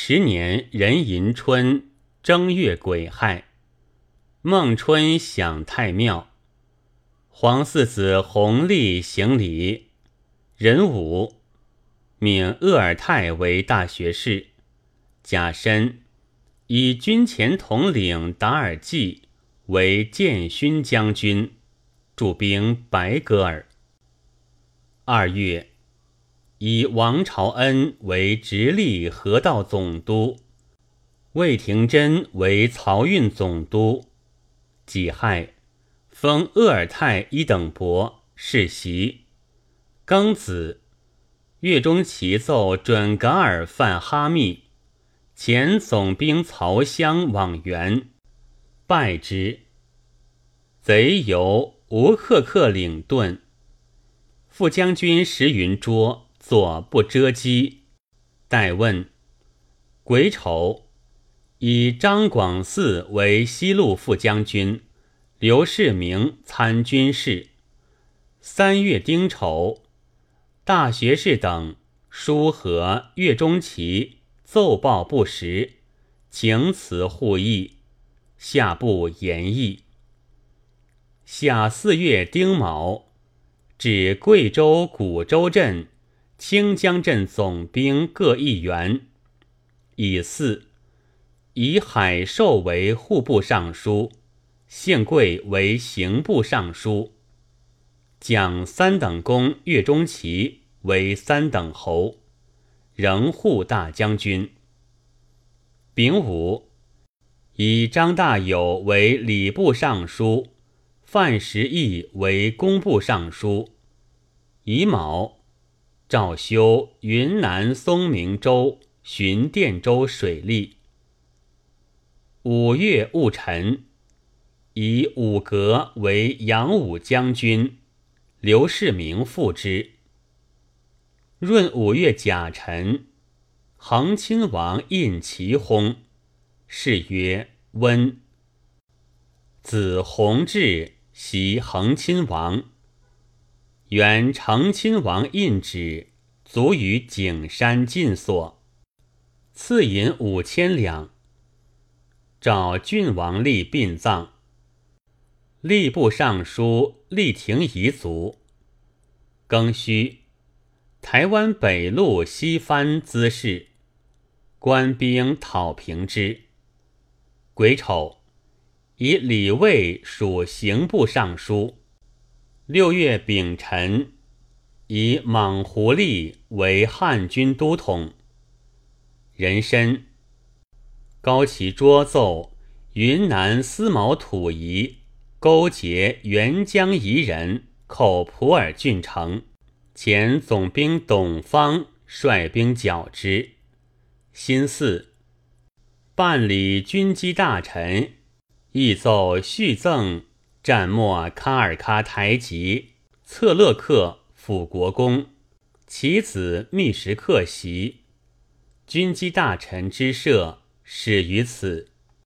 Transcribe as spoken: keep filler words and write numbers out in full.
十年壬寅春正月癸亥，孟春享太庙。皇四子弘历行礼。壬午，命鄂尔泰为大学士。甲申，以军前统领达尔济为建勋将军，驻兵白格尔。二月，以王朝恩为直隶河道总督，魏廷珍为漕运总督。己亥，封鄂尔泰一等伯，世袭。庚子，岳钟琪奏准噶尔犯哈密，前总兵曹襄往援，败之。贼由吴克克领遁。副将军石云捉作不遮击。待问。癸丑，以张广嗣为西路副将军，刘世明参军事。三月丁丑，大学士等书和岳钟琪奏报不实，请辞互议，下部言议。夏四月丁卯，至贵州古州镇、清江镇总兵各一员。乙巳，以海寿为户部尚书，幸贵为刑部尚书，奖三等公岳钟琪为三等侯，仍护大将军。丙午，以张大有为礼部尚书，范时义为工部尚书。乙卯，诏修云南松明州、寻甸州水利。五月戊辰，以武格为扬武将军，刘世明副之。闰五月甲辰，恒亲王印齐薨，谥曰温。子弘治袭恒亲王。原承亲王印旨，卒于景山禁所，赐银五千两。召郡王立殡葬。吏部尚书厉廷仪卒。庚戌，台湾北路西番滋事，官兵讨平之。癸丑，以李卫属刑部尚书。六月丙辰，以莽胡利为汉军都统。壬申，高齐捉奏云南思茅土夷勾结沅江夷人，寇普洱郡城，前总兵董方率兵剿之。辛巳，办理军机大臣亦奏续赠战莫喀尔喀台吉策勒克辅国公，其子密什克袭。军机大臣之社始于此。